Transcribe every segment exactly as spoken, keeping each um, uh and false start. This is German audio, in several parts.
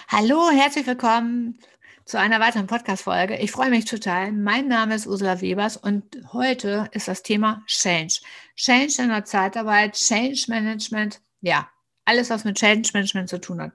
Hallo, herzlich willkommen zu einer weiteren Podcast-Folge. Ich freue mich total. Mein Name ist Ursula Webers und heute ist das Thema Change. Change in der Zeitarbeit, Change Management, ja, alles, was mit Change Management zu tun hat.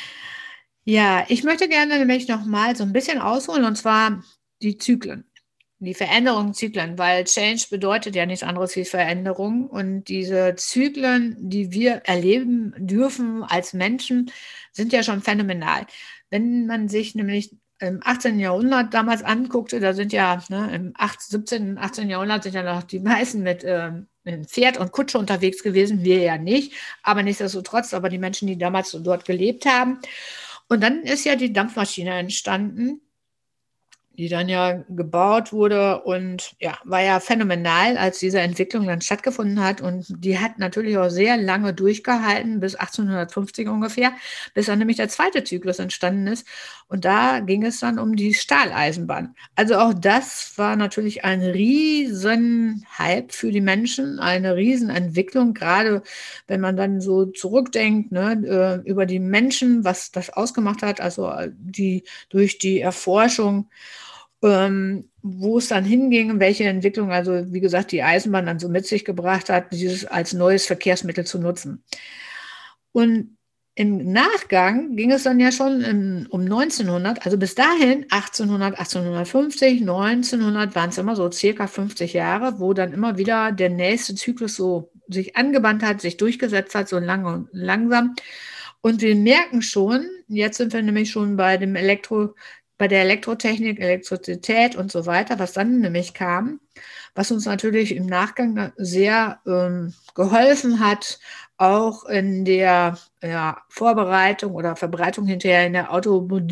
Ja, ich möchte gerne nämlich noch mal so ein bisschen ausholen und zwar die Zyklen, die Veränderungszyklen, weil Change bedeutet ja nichts anderes wie Veränderung und diese Zyklen, die wir erleben dürfen als Menschen, sind ja schon phänomenal. Wenn man sich nämlich im achtzehnten. Jahrhundert damals anguckte, da sind ja ne, im siebzehnten., achtzehnten. Jahrhundert sind ja noch die meisten mit ähm, mit Pferd und Kutsche unterwegs gewesen, wir ja nicht, aber nichtsdestotrotz, aber die Menschen, die damals so dort gelebt haben. Und dann ist ja die Dampfmaschine entstanden, die dann ja gebaut wurde und ja, war ja phänomenal, als diese Entwicklung dann stattgefunden hat. Und die hat natürlich auch sehr lange durchgehalten, bis achtzehnhundertfünfzig ungefähr, bis dann nämlich der zweite Zyklus entstanden ist. Und da ging es dann um die Stahleisenbahn. Also auch das war natürlich ein Riesenhype für die Menschen, eine Riesenentwicklung, gerade wenn man dann so zurückdenkt, ne, über die Menschen, was das ausgemacht hat, also die durch die Erforschung, ähm, wo es dann hinging, welche Entwicklung, also wie gesagt, die Eisenbahn dann so mit sich gebracht hat, dieses als neues Verkehrsmittel zu nutzen. Und im Nachgang ging es dann ja schon in, um neunzehnhundert, also bis dahin achtzehnhundert, achtzehnhundertfünfzig, neunzehnhundert waren es immer so circa fünfzig Jahre, wo dann immer wieder der nächste Zyklus so sich angebannt hat, sich durchgesetzt hat, so lang und langsam. Und wir merken schon, jetzt sind wir nämlich schon bei dem Elektro, bei der Elektrotechnik, Elektrizität und so weiter, was dann nämlich kam, was uns natürlich im Nachgang sehr ähm, geholfen hat, auch in der ja, Vorbereitung oder Verbreitung hinterher in der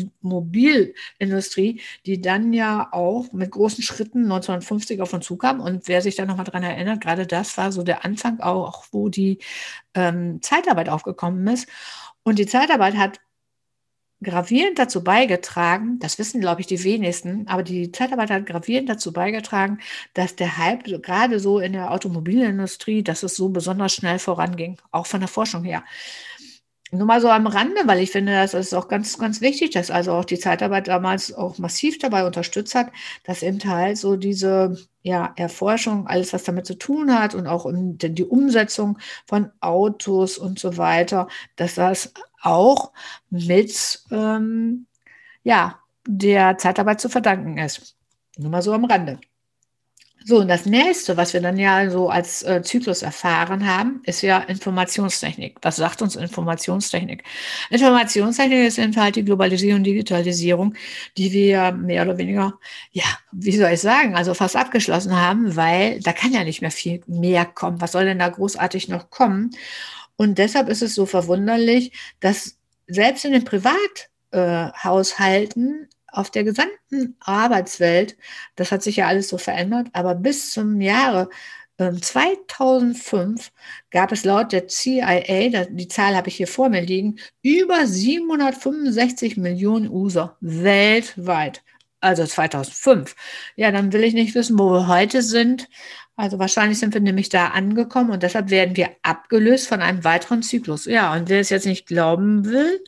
Automobilindustrie, die dann ja auch mit großen Schritten neunzehnhundertfünfzig auf uns zukam. Und wer sich da nochmal dran erinnert, gerade das war so der Anfang auch, wo die ähm, Zeitarbeit aufgekommen ist. Und die Zeitarbeit hat gravierend dazu beigetragen, das wissen, glaube ich, die wenigsten, aber die Zeitarbeit hat gravierend dazu beigetragen, dass der Hype so, gerade so in der Automobilindustrie, dass es so besonders schnell voranging, auch von der Forschung her. Nur mal so am Rande, weil ich finde, das ist auch ganz, ganz wichtig, dass also auch die Zeitarbeit damals auch massiv dabei unterstützt hat, dass eben halt so diese ja, Erforschung, alles, was damit zu tun hat und auch in, die Umsetzung von Autos und so weiter, dass das auch mit ähm, ja, der Zeitarbeit zu verdanken ist. Nur mal so am Rande. So, und das nächste, was wir dann ja so als äh, Zyklus erfahren haben, ist ja Informationstechnik. Was sagt uns Informationstechnik? Informationstechnik ist eben halt die Globalisierung, Digitalisierung, die wir mehr oder weniger, ja, wie soll ich sagen, also fast abgeschlossen haben, weil da kann ja nicht mehr viel mehr kommen. Was soll denn da großartig noch kommen? Und deshalb ist es so verwunderlich, dass selbst in den Privathaushalten auf der gesamten Arbeitswelt, das hat sich ja alles so verändert, aber bis zum Jahre ähm, zweitausendfünf gab es laut der C I A, die Zahl habe ich hier vor mir liegen, über siebenhundertfünfundsechzig Millionen User weltweit. Also zweitausendfünf. Ja, dann will ich nicht wissen, wo wir heute sind. Also wahrscheinlich sind wir nämlich da angekommen und deshalb werden wir abgelöst von einem weiteren Zyklus. Ja, und wer es jetzt nicht glauben will,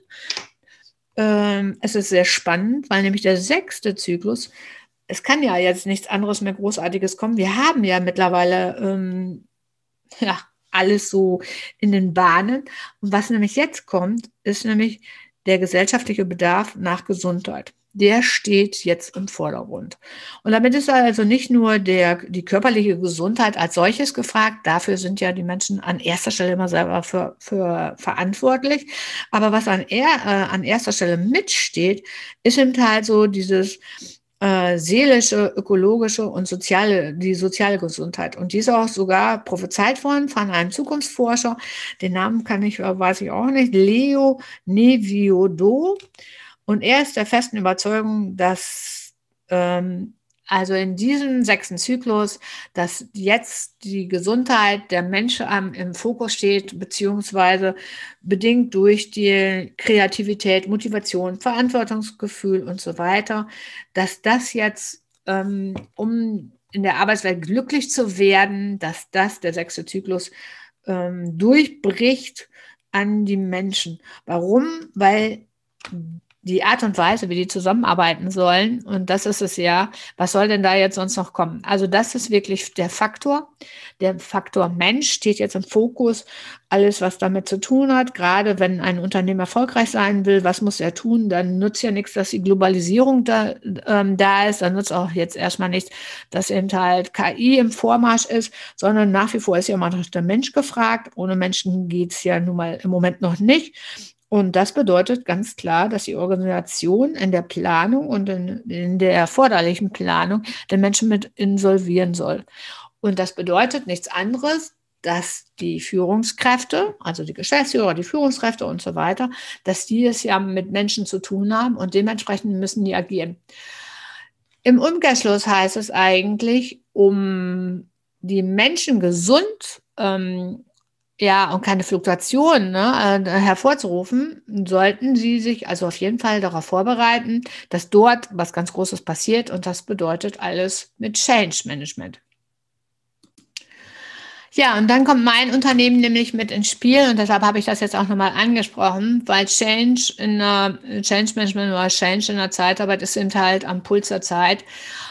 ähm, es ist sehr spannend, weil nämlich der sechste Zyklus, es kann ja jetzt nichts anderes mehr Großartiges kommen. Wir haben ja mittlerweile ähm, ja, alles so in den Bahnen. Und was nämlich jetzt kommt, ist nämlich der gesellschaftliche Bedarf nach Gesundheit. Der steht jetzt im Vordergrund. Und damit ist also nicht nur der, die körperliche Gesundheit als solches gefragt, dafür sind ja die Menschen an erster Stelle immer selber für, für verantwortlich. Aber was an, er, äh, an erster Stelle mitsteht, ist eben halt so dieses äh, seelische, ökologische und soziale, die soziale Gesundheit. Und die ist auch sogar prophezeit worden von einem Zukunftsforscher. Den Namen kann ich, weiß ich auch nicht, Leo Neviodo. Und er ist der festen Überzeugung, dass ähm, also in diesem sechsten Zyklus, dass jetzt die Gesundheit der Menschen ähm, im Fokus steht, beziehungsweise bedingt durch die Kreativität, Motivation, Verantwortungsgefühl und so weiter, dass das jetzt, ähm, um in der Arbeitswelt glücklich zu werden, dass das der sechste Zyklus ähm, durchbricht an die Menschen. Warum? Weil die Art und Weise, wie die zusammenarbeiten sollen. Und das ist es ja. Was soll denn da jetzt sonst noch kommen? Also das ist wirklich der Faktor. Der Faktor Mensch steht jetzt im Fokus. Alles, was damit zu tun hat, gerade wenn ein Unternehmen erfolgreich sein will, was muss er tun? Dann nutzt ja nichts, dass die Globalisierung da, ähm, da ist. Dann nutzt auch jetzt erstmal nichts, dass eben halt K I im Vormarsch ist, sondern nach wie vor ist ja immer noch der Mensch gefragt. Ohne Menschen geht es ja nun mal im Moment noch nicht. Und das bedeutet ganz klar, dass die Organisation in der Planung und in, in der erforderlichen Planung den Menschen mit involvieren soll. Und das bedeutet nichts anderes, dass die Führungskräfte, also die Geschäftsführer, die Führungskräfte und so weiter, dass die es ja mit Menschen zu tun haben und dementsprechend müssen die agieren. Im Umkehrschluss heißt es eigentlich, um die Menschen gesund ähm, ja, und keine Fluktuationen ne, äh, hervorzurufen, sollten Sie sich also auf jeden Fall darauf vorbereiten, dass dort was ganz Großes passiert und das bedeutet alles mit Change Management. Ja, und dann kommt mein Unternehmen nämlich mit ins Spiel und deshalb habe ich das jetzt auch nochmal angesprochen, weil Change in der Change Management oder Change in der Zeitarbeit ist eben halt am Puls der Zeit.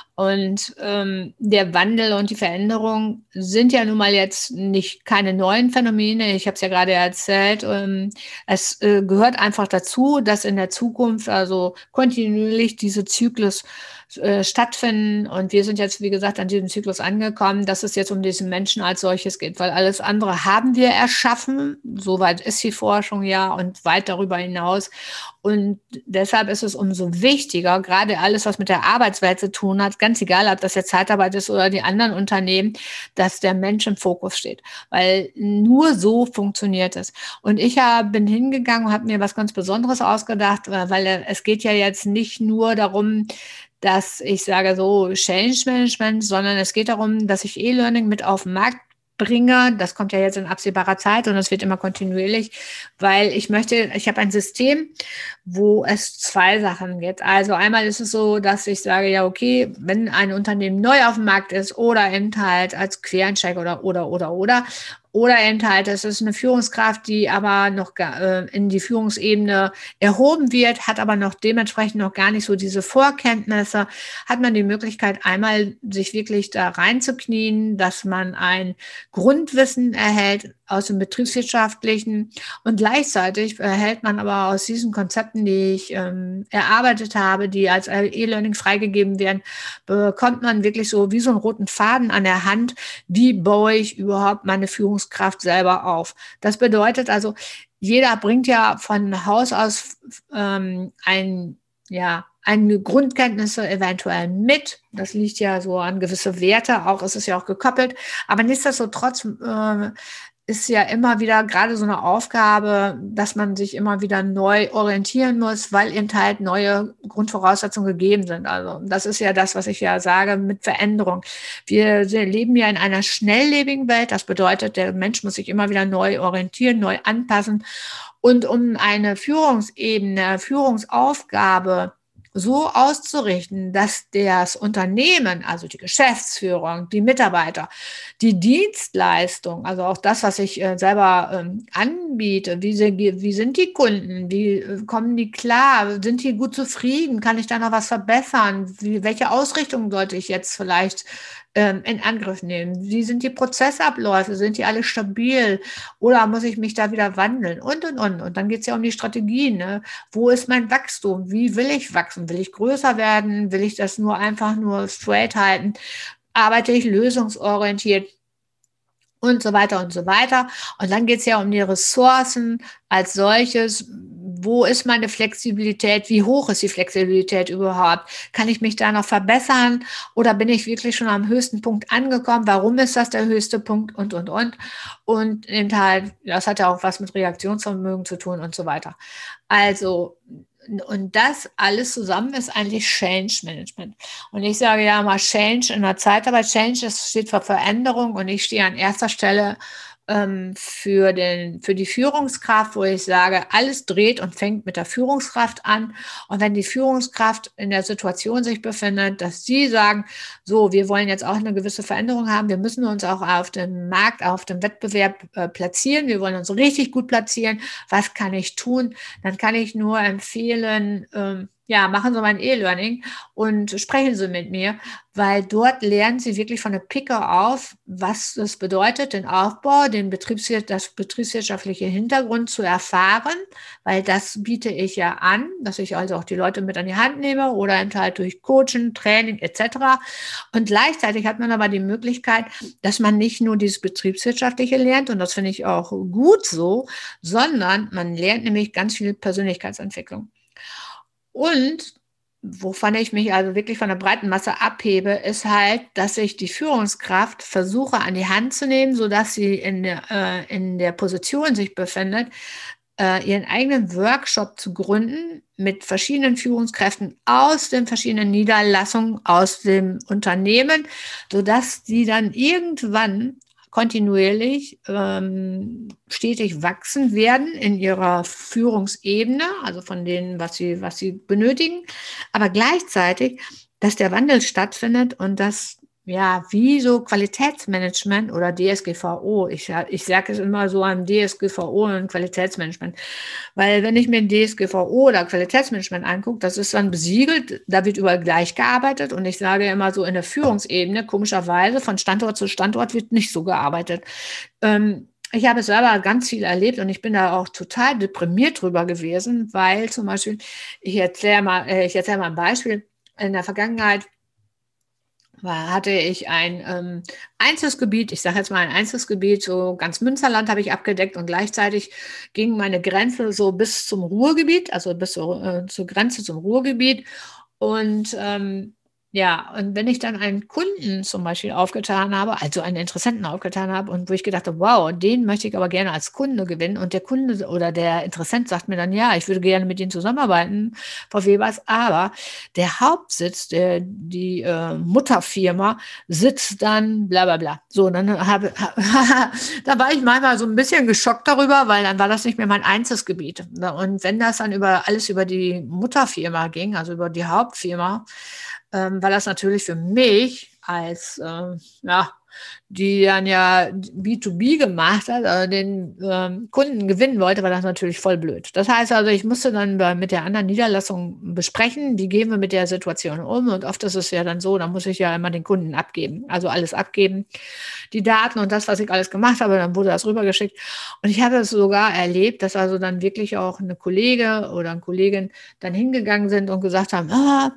Und ähm, der Wandel und die Veränderung sind ja nun mal jetzt nicht keine neuen Phänomene. Ich habe es ja gerade erzählt. Ähm, es äh, gehört einfach dazu, dass in der Zukunft also kontinuierlich diese Zyklus äh, stattfinden. Und wir sind jetzt, wie gesagt, an diesem Zyklus angekommen, dass es jetzt um diesen Menschen als solches geht, weil alles andere haben wir erschaffen. Soweit ist die Forschung ja und weit darüber hinaus. Und deshalb ist es umso wichtiger, gerade alles, was mit der Arbeitswelt zu tun hat, ganz egal, ob das jetzt Zeitarbeit ist oder die anderen Unternehmen, dass der Mensch im Fokus steht. Weil nur so funktioniert es. Und ich hab, bin hingegangen und habe mir was ganz Besonderes ausgedacht, weil es geht ja jetzt nicht nur darum, dass ich sage so Change Management, sondern es geht darum, dass ich E-Learning mit auf den Markt bringe. Das kommt ja jetzt in absehbarer Zeit und es wird immer kontinuierlich, weil ich möchte, ich habe ein System, wo es zwei Sachen gibt. Also einmal ist es so, dass ich sage, ja okay, wenn ein Unternehmen neu auf dem Markt ist oder eben halt als Quereinsteiger oder, oder, oder, oder, oder eben halt, es ist eine Führungskraft, die aber noch äh, in die Führungsebene erhoben wird, hat aber noch dementsprechend noch gar nicht so diese Vorkenntnisse, hat man die Möglichkeit, einmal sich wirklich da reinzuknien, dass man ein Grundwissen erhält aus dem Betriebswirtschaftlichen und gleichzeitig erhält man aber aus diesen Konzepten, die ich ähm, erarbeitet habe, die als E-Learning freigegeben werden, bekommt man wirklich so wie so einen roten Faden an der Hand, wie baue ich überhaupt meine Führungskraft selber auf. Das bedeutet also, jeder bringt ja von Haus aus ähm, ein, ja, eine Grundkenntnisse eventuell mit. Das liegt ja so an gewisse Werte, auch ist es ja auch gekoppelt. Aber nichtsdestotrotz äh, ist ja immer wieder gerade so eine Aufgabe, dass man sich immer wieder neu orientieren muss, weil eben halt neue Grundvoraussetzungen gegeben sind. Also das ist ja das, was ich ja sage mit Veränderung. Wir leben ja in einer schnelllebigen Welt. Das bedeutet, der Mensch muss sich immer wieder neu orientieren, neu anpassen. Und um eine Führungsebene, Führungsaufgabe so auszurichten, dass das Unternehmen, also die Geschäftsführung, die Mitarbeiter, die Dienstleistung, also auch das, was ich äh, selber ähm, anbiete, wie, sie, wie sind die Kunden, wie äh, kommen die klar, sind die gut zufrieden, kann ich da noch was verbessern, wie, welche Ausrichtung sollte ich jetzt vielleicht ähm, in Angriff nehmen, wie sind die Prozessabläufe, sind die alle stabil oder muss ich mich da wieder wandeln und, und, und. Und dann geht es ja um die Strategien, ne? Wo ist mein Wachstum, wie will ich wachsen, will ich größer werden, will ich das nur einfach nur straight halten, arbeite ich lösungsorientiert und so weiter und so weiter. Und dann geht es ja um die Ressourcen als solches. Wo ist meine Flexibilität? Wie hoch ist die Flexibilität überhaupt? Kann ich mich da noch verbessern? Oder bin ich wirklich schon am höchsten Punkt angekommen? Warum ist das der höchste Punkt? Und, und, und. Und eben halt, das hat ja auch was mit Reaktionsvermögen zu tun und so weiter. Also, und das alles zusammen ist eigentlich Change Management. Und ich sage ja mal Change in der Zeitarbeit. Change, das steht für Veränderung und ich stehe an erster Stelle ähm, für den, für die Führungskraft, wo ich sage, alles dreht und fängt mit der Führungskraft an. Und wenn die Führungskraft in der Situation sich befindet, dass sie sagen, so, wir wollen jetzt auch eine gewisse Veränderung haben, wir müssen uns auch auf dem Markt, auf dem Wettbewerb äh, platzieren, wir wollen uns richtig gut platzieren, was kann ich tun? Dann kann ich nur empfehlen, ähm, ja, machen Sie mein E-Learning und sprechen Sie mit mir, weil dort lernen Sie wirklich von der Picke auf, was das bedeutet, den Aufbau, den Betriebswir das betriebswirtschaftliche Hintergrund zu erfahren, weil das biete ich ja an, dass ich also auch die Leute mit an die Hand nehme oder eben halt durch Coaching, Training et cetera. Und gleichzeitig hat man aber die Möglichkeit, dass man nicht nur dieses Betriebswirtschaftliche lernt, und das finde ich auch gut so, sondern man lernt nämlich ganz viel Persönlichkeitsentwicklung. Und wovon ich mich also wirklich von der breiten Masse abhebe, ist halt, dass ich die Führungskraft versuche an die Hand zu nehmen, sodass sie in der, äh, in der Position sich befindet, äh, ihren eigenen Workshop zu gründen mit verschiedenen Führungskräften aus den verschiedenen Niederlassungen, aus dem Unternehmen, sodass sie dann irgendwann kontinuierlich ähm, stetig wachsen werden in ihrer Führungsebene, also von denen, was sie, was sie benötigen, aber gleichzeitig, dass der Wandel stattfindet und dass ja, wie so Qualitätsmanagement oder D S G V O. Ich, ich sage es immer so am D S G V O und Qualitätsmanagement. Weil wenn ich mir ein D S G V O oder Qualitätsmanagement angucke, das ist dann besiegelt, da wird überall gleich gearbeitet. Und ich sage immer so in der Führungsebene, komischerweise, von Standort zu Standort wird nicht so gearbeitet. Ähm, ich habe selber ganz viel erlebt und ich bin da auch total deprimiert drüber gewesen, weil zum Beispiel, ich erzähle mal, ich erzähle mal ein Beispiel, in der Vergangenheit hatte ich ein ähm, Einzugsgebiet, ich sage jetzt mal ein Einzugsgebiet, so ganz Münsterland habe ich abgedeckt und gleichzeitig ging meine Grenze so bis zum Ruhrgebiet, also bis zur, äh, zur Grenze zum Ruhrgebiet. Und ähm, ja, und wenn ich dann einen Kunden zum Beispiel aufgetan habe, also einen Interessenten aufgetan habe und wo ich gedacht habe, wow, den möchte ich aber gerne als Kunde gewinnen und der Kunde oder der Interessent sagt mir dann, ja, ich würde gerne mit Ihnen zusammenarbeiten, Frau Webers, aber der Hauptsitz, der, die äh, Mutterfirma sitzt dann bla bla bla. So, dann habe da war ich manchmal so ein bisschen geschockt darüber, weil dann war das nicht mehr mein Einzugsgebiet. Und wenn das dann über alles über die Mutterfirma ging, also über die Hauptfirma, ähm, war das natürlich für mich als, äh, ja, die dann ja B zwei B gemacht hat, also den ähm, Kunden gewinnen wollte, war das natürlich voll blöd. Das heißt also, ich musste dann bei, mit der anderen Niederlassung besprechen, wie gehen wir mit der Situation um. Und oft ist es ja dann so, da muss ich ja immer den Kunden abgeben, also alles abgeben, die Daten und das, was ich alles gemacht habe, dann wurde das rübergeschickt. Und ich habe es sogar erlebt, dass also dann wirklich auch eine Kollege oder eine Kollegin dann hingegangen sind und gesagt haben, ah,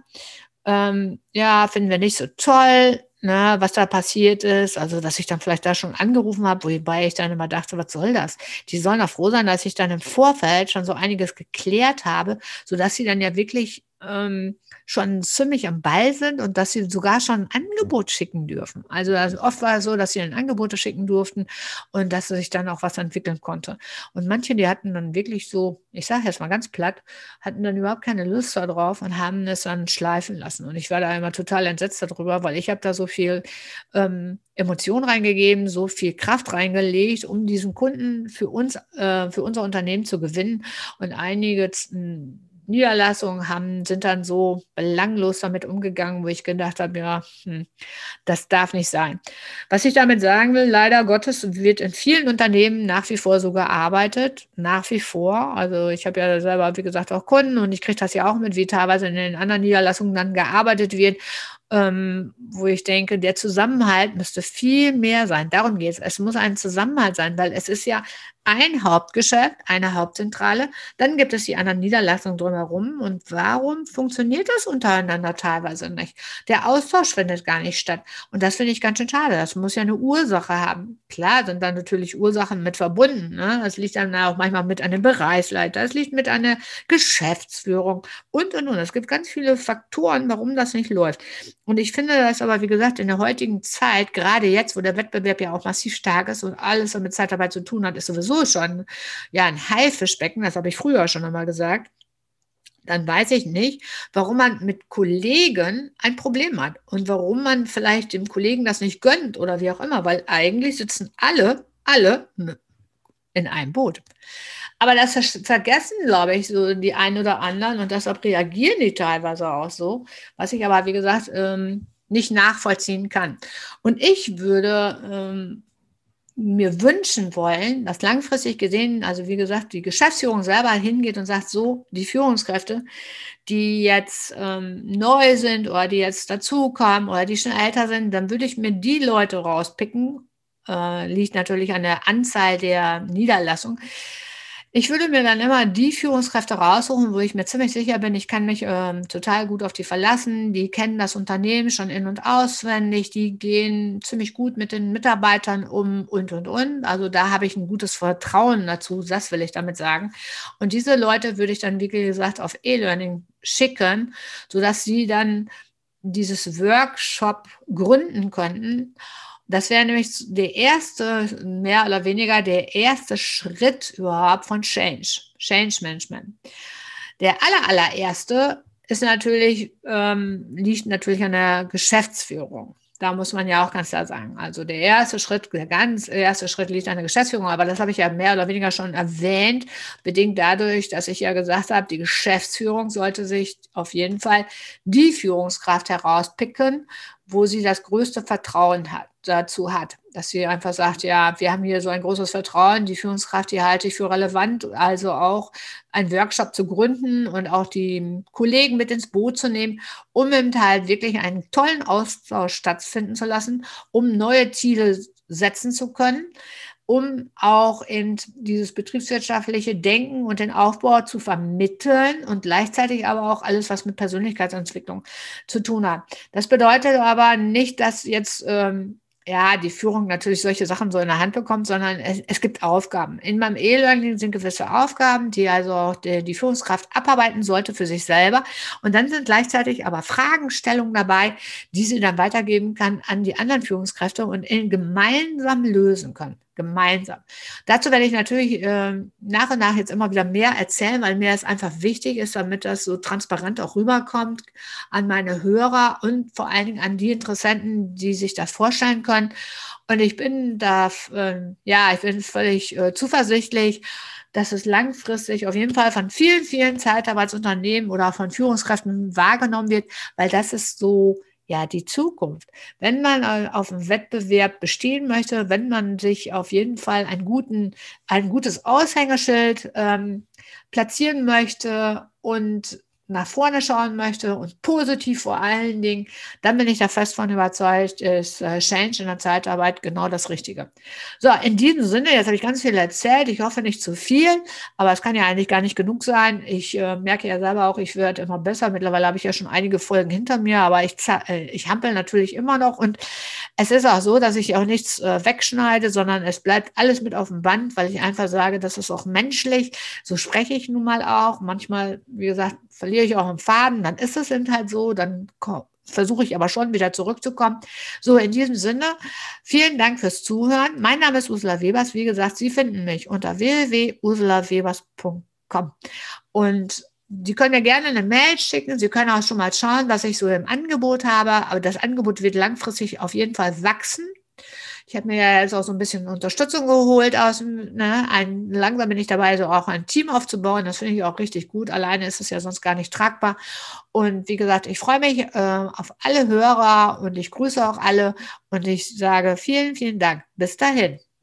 ähm, ja, finden wir nicht so toll, ne, was da passiert ist. Also, dass ich dann vielleicht da schon angerufen habe, wobei ich dann immer dachte, was soll das? Die sollen doch froh sein, dass ich dann im Vorfeld schon so einiges geklärt habe, sodass sie dann ja wirklich ähm, schon ziemlich am Ball sind und dass sie sogar schon ein Angebot schicken dürfen. Also, also oft war es so, dass sie dann Angebote schicken durften und dass sich dann auch was entwickeln konnte. Und manche, die hatten dann wirklich so, ich sage jetzt mal ganz platt, hatten dann überhaupt keine Lust darauf und haben es dann schleifen lassen. Und ich war da immer total entsetzt darüber, weil ich habe da so viel ähm, Emotion reingegeben, so viel Kraft reingelegt, um diesen Kunden für uns, äh, für unser Unternehmen zu gewinnen. Und einige äh, Niederlassungen haben, sind dann so belanglos damit umgegangen, wo ich gedacht habe, ja, hm, das darf nicht sein. Was ich damit sagen will, leider Gottes wird in vielen Unternehmen nach wie vor so gearbeitet, nach wie vor. Also ich habe ja selber, wie gesagt, auch Kunden und ich kriege das ja auch mit, wie teilweise in den anderen Niederlassungen dann gearbeitet wird, ähm, wo ich denke, der Zusammenhalt müsste viel mehr sein. Darum geht es. Es muss ein Zusammenhalt sein, weil es ist ja ein Hauptgeschäft, eine Hauptzentrale, dann gibt es die anderen Niederlassungen drumherum. Und warum funktioniert das untereinander teilweise nicht? Der Austausch findet gar nicht statt. Und das finde ich ganz schön schade. Das muss ja eine Ursache haben. Klar sind da natürlich Ursachen mit verbunden. Ne? Das liegt dann auch manchmal mit einem Bereichsleiter, es liegt mit einer Geschäftsführung und, und, und. Es gibt ganz viele Faktoren, warum das nicht läuft. Und ich finde das aber, wie gesagt, in der heutigen Zeit, gerade jetzt, wo der Wettbewerb ja auch massiv stark ist und alles, was mit Zeitarbeit zu tun hat, ist sowieso schon ja ein Haifischbecken, das habe ich früher schon einmal gesagt, dann weiß ich nicht, warum man mit Kollegen ein Problem hat und warum man vielleicht dem Kollegen das nicht gönnt oder wie auch immer, weil eigentlich sitzen alle alle in einem Boot. Aber das vergessen, glaube ich, so die einen oder anderen und deshalb reagieren die teilweise auch so, was ich aber, wie gesagt, ähm, nicht nachvollziehen kann. Und ich würde ähm, mir wünschen wollen, dass langfristig gesehen, also wie gesagt, die Geschäftsführung selber hingeht und sagt, so, die Führungskräfte, die jetzt ähm, neu sind oder die jetzt dazukommen oder die schon älter sind, dann würde ich mir die Leute rauspicken, äh, liegt natürlich an der Anzahl der Niederlassungen. Ich würde mir dann immer die Führungskräfte raussuchen, wo ich mir ziemlich sicher bin, ich kann mich ähm, total gut auf die verlassen. Die kennen das Unternehmen schon in- und auswendig. Die gehen ziemlich gut mit den Mitarbeitern um und, und, und. Also da habe ich ein gutes Vertrauen dazu, das will ich damit sagen. Und diese Leute würde ich dann, wie gesagt, auf E-Learning schicken, sodass sie dann dieses Workshop gründen könnten. Das wäre nämlich der erste, mehr oder weniger der erste Schritt überhaupt von Change, Change Management. Der aller, allererste ist natürlich, ähm, liegt natürlich an der Geschäftsführung. Da muss man ja auch ganz klar sagen. Also der erste Schritt, der ganz erste Schritt liegt an der Geschäftsführung, aber das habe ich ja mehr oder weniger schon erwähnt, bedingt dadurch, dass ich ja gesagt habe, die Geschäftsführung sollte sich auf jeden Fall die Führungskraft herauspicken, wo sie das größte Vertrauen hat, dazu hat. Dass sie einfach sagt, ja, wir haben hier so ein großes Vertrauen, die Führungskraft, die halte ich für relevant, also auch einen Workshop zu gründen und auch die Kollegen mit ins Boot zu nehmen, um im Teil wirklich einen tollen Austausch stattfinden zu lassen, um neue Ziele setzen zu können, um auch in dieses betriebswirtschaftliche Denken und den Aufbau zu vermitteln und gleichzeitig aber auch alles, was mit Persönlichkeitsentwicklung zu tun hat. Das bedeutet aber nicht, dass jetzt ähm, ja, die Führung natürlich solche Sachen so in der Hand bekommt, sondern es, es gibt Aufgaben. In meinem E-Learning sind gewisse Aufgaben, die also auch die, die Führungskraft abarbeiten sollte für sich selber. Und dann sind gleichzeitig aber Fragestellungen dabei, die sie dann weitergeben kann an die anderen Führungskräfte und in gemeinsam lösen können. Gemeinsam. Dazu werde ich natürlich äh, nach und nach jetzt immer wieder mehr erzählen, weil mir das einfach wichtig ist, damit das so transparent auch rüberkommt an meine Hörer und vor allen Dingen an die Interessenten, die sich das vorstellen können. Und ich bin da, äh, ja, ich bin völlig äh, zuversichtlich, dass es langfristig auf jeden Fall von vielen, vielen Zeitarbeitsunternehmen oder von Führungskräften wahrgenommen wird, weil das ist so, ja, die Zukunft. Wenn man äh, auf dem Wettbewerb bestehen möchte, wenn man sich auf jeden Fall einen guten, ein gutes Aushängeschild ähm, platzieren möchte und nach vorne schauen möchte und positiv vor allen Dingen, dann bin ich da fest von überzeugt, ist äh, Change in der Zeitarbeit genau das Richtige. So, in diesem Sinne, jetzt habe ich ganz viel erzählt. Ich hoffe nicht zu viel, aber es kann ja eigentlich gar nicht genug sein. Ich äh, merke ja selber auch, ich werde immer besser. Mittlerweile habe ich ja schon einige Folgen hinter mir, aber ich, äh, ich hampel natürlich immer noch und es ist auch so, dass ich auch nichts äh, wegschneide, sondern es bleibt alles mit auf dem Band, weil ich einfach sage, das ist auch menschlich. So spreche ich nun mal auch. Manchmal, wie gesagt, verliere ich auch einen Faden, dann ist es eben halt so, dann versuche ich aber schon wieder zurückzukommen. So, in diesem Sinne, vielen Dank fürs Zuhören. Mein Name ist Ursula Webers. Wie gesagt, Sie finden mich unter w w w punkt ursula webers punkt com. Und Sie können ja gerne eine Mail schicken. Sie können auch schon mal schauen, was ich so im Angebot habe. Aber das Angebot wird langfristig auf jeden Fall wachsen. Ich habe mir ja jetzt auch so ein bisschen Unterstützung geholt aus dem, ne, ein, langsam bin ich dabei, so auch ein Team aufzubauen. Das finde ich auch richtig gut. Alleine ist es ja sonst gar nicht tragbar. Und wie gesagt, ich freue mich äh, auf alle Hörer und ich grüße auch alle und ich sage vielen, vielen Dank. Bis dahin.